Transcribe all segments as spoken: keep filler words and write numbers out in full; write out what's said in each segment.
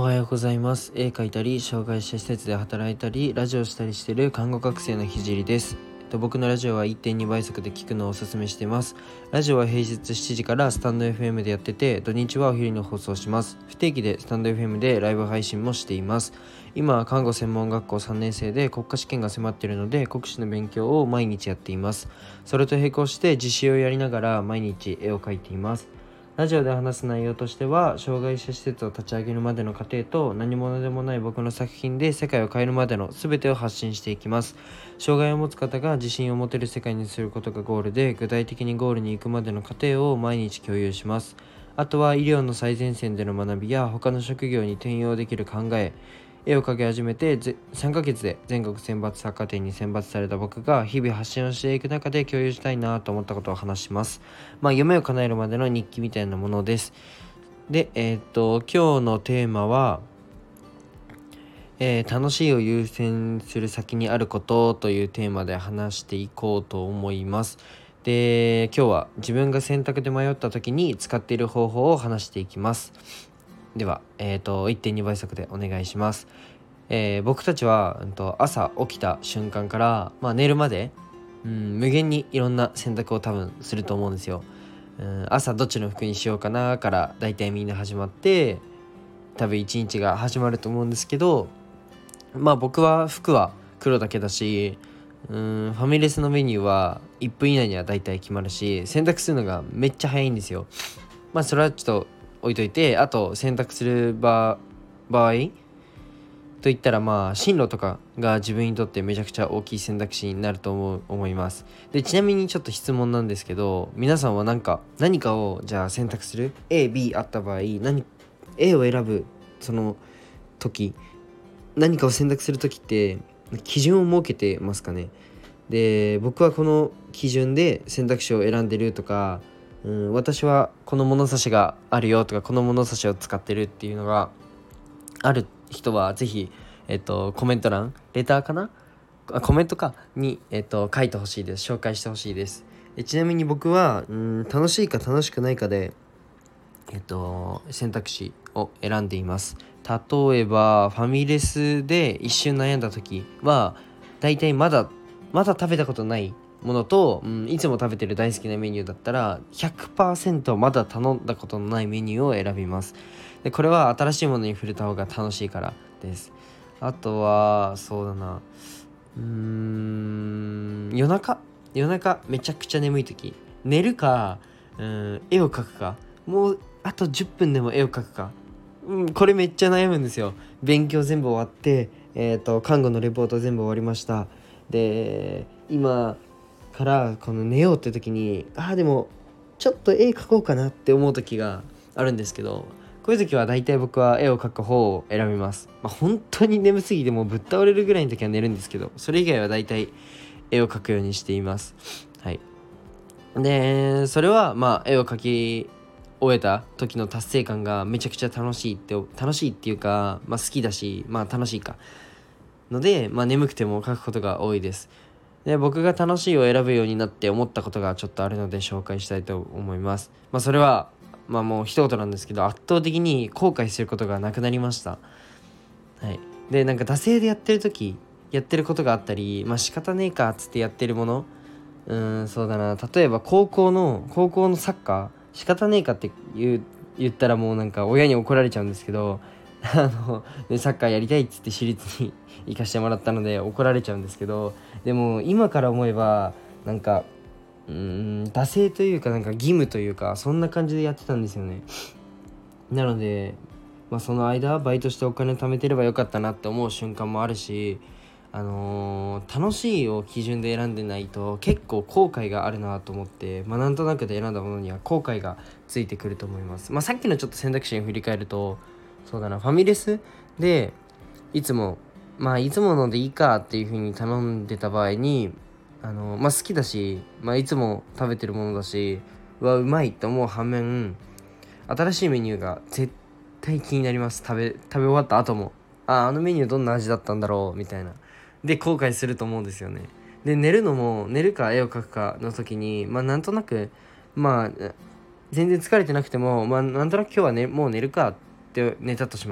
はようございます。絵描いたり、障害者施設で働いたり、ラジオしたりしている看護学生のひじりです。えっと、僕のラジオは いってんに 倍速で聞くのをおすすめしています。ラジオは平日しちじからスタンド エフエム でやってて、土日はお昼に放送します。不定期でスタンド エフエム でライブ配信もしています。今は看護専門学校さんねん生で国家試験が迫っているので、国試の勉強を毎日やっています。それと並行して実習をやりながら毎日絵を描いています。ラジオで話す内容としては、障害者施設を立ち上げるまでの過程と、何者でもない僕の作品で世界を変えるまでの全てを発信していきます。障害を持つ方が自信を持てる世界にすることがゴールで、具体的にゴールに行くまでの過程を毎日共有します。あとは医療の最前線での学びや他の職業に転用できる考え、絵を描き始めてさんかげつで全国選抜作家展に選抜された僕が日々発信をしていく中で共有したいなと思ったことを話します。まあ夢を叶えるまでの日記みたいなものです。で、えー、っと今日のテーマは、えー、楽しいを優先する先にあることというテーマで話していこうと思います。で、今日は自分が選択で迷った時に使っている方法を話していきます。では、えーと、いってんに 倍速でお願いします。えー、僕たちは、うん、と朝起きた瞬間から、まあ、寝るまで、うん、無限にいろんな選択を多分すると思うんですよ。うん、朝どっちの服にしようかなからだいたいみんな始まって、多分一日が始まると思うんですけど、まあ僕は服は黒だけだし、うん、ファミレスのメニューはいっぷん以内にはだいたい決まるし、選択するのがめっちゃ早いんですよ。まあそれはちょっと置いといて、あと選択する場場合といったら、まあ進路とかが自分にとってめちゃくちゃ大きい選択肢になると思う思います。で、ちなみにちょっと質問なんですけど、皆さんは何か何かをじゃあ選択する A、B あった場合、何 A を選ぶその時、何かを選択する時って基準を設けてますかね。で、僕はこの基準で選択肢を選んでるとか、うん、私はこの物差しがあるよとか、この物差しを使ってるっていうのがある人はぜひ、えっと、コメント欄、レターかなあコメントかに、えっと、書いてほしいです。紹介してほしいです。えちなみに僕は、うん、楽しいか楽しくないかで、えっと、選択肢を選んでいます。例えばファミレスで一瞬悩んだ時は、だいたいまだまだ食べたことないものと、うん、いつも食べてる大好きなメニューだったら ひゃくパーセント まだ頼んだことのないメニューを選びます。で、これは新しいものに触れた方が楽しいからです。あとはそうだなうーん夜中夜中めちゃくちゃ眠い時、寝るか、うん、絵を描くか、もうあとじゅっぷんでも絵を描くか、うん、これめっちゃ悩むんですよ。勉強全部終わって、えーと、看護のレポート全部終わりました。で、今からこの寝ようって時に、ああでもちょっと絵描こうかなって思う時があるんですけど、こういう時は大体僕は絵を描く方を選びます。まあ、本当に眠すぎてもうぶっ倒れるぐらいの時は寝るんですけど、それ以外は大体絵を描くようにしています。はい。で、それはまあ絵を描き終えた時の達成感がめちゃくちゃ楽しいって楽しいっていうか、まあ、好きだし、まあ楽しいかので、まあ、眠くても書くことが多いです。で、僕が楽しいを選ぶようになって思ったことがちょっとあるので紹介したいと思います。まあそれはまあもう一言なんですけど、圧倒的に後悔することがなくなりました。はい。で、なんか惰性でやってる時やってることがあったり、まあ仕方ねえかっつってやってるもの、うーんそうだな例えば高校の高校のサッカー、仕方ねえかって言う言ったらもうなんか親に怒られちゃうんですけど、あの、ね、サッカーやりたいっつって私立に行かしてもらったので怒られちゃうんですけど、でも今から思えばなんかうーん惰性というか、なんか義務というか、そんな感じでやってたんですよね。なので、まあ、その間バイトしてお金貯めてればよかったなって思う瞬間もあるし、あのー楽しいを基準で選んでないと結構後悔があるなと思って、まあ、なんとなくで選んだものには後悔がついてくると思います。まあ、さっきのちょっと選択肢に振り返ると、そうだなファミレスでいつもまあいつものでいいかっていう風に頼んでた場合に、あのーまあ好きだし、まあいつも食べてるものだし、うわうまいって思う反面、新しいメニューが絶対気になります。食べ食べ終わった後も、ああのメニューどんな味だったんだろうみたいな、で後悔すると思うんですよね。で、寝るのも寝るか絵を描くかの時に、まあなんとなく、まあ全然疲れてなくても、まあなんとなく今日はねもう寝るかって寝たとします。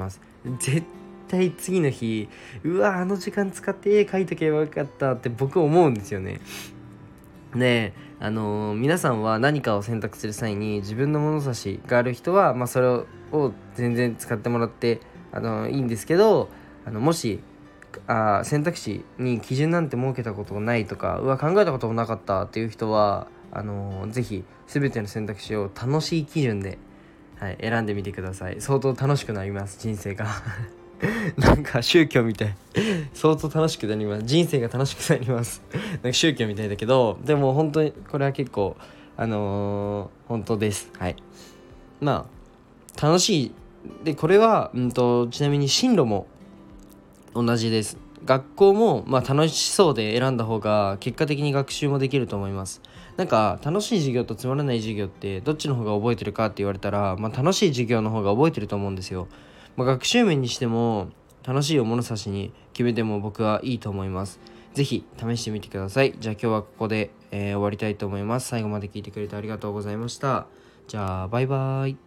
絶対次の日うわあの時間使って絵描いとけばよかったって僕思うんですよね。で、あのー皆さんは何かを選択する際に自分の物差しがある人は、まあ、それを全然使ってもらって、あのーいいんですけど、あのもしあ選択肢に基準なんて設けたことがないとか、うわ考えたこともなかったっていう人は、あのーぜひ全ての選択肢を楽しい基準で、はい、選んでみてください。相当楽しくなります、人生がなんか宗教みたい相当楽しくなります。人生が楽しくなりますなんか宗教みたいだけど、でも本当にこれは結構あのー本当です。はい。まあ楽しいで、これはうんとちなみに進路も同じです。学校もまあ楽しそうで選んだ方が結果的に学習もできると思います。なんか楽しい授業とつまらない授業ってどっちの方が覚えてるかって言われたら、まあ、楽しい授業の方が覚えてると思うんですよ。まあ、学習面にしても楽しいを物差しに決めても僕はいいと思います。ぜひ試してみてください。じゃあ今日はここで、えー終わりたいと思います。最後まで聞いてくれてありがとうございました。じゃあバイバイ。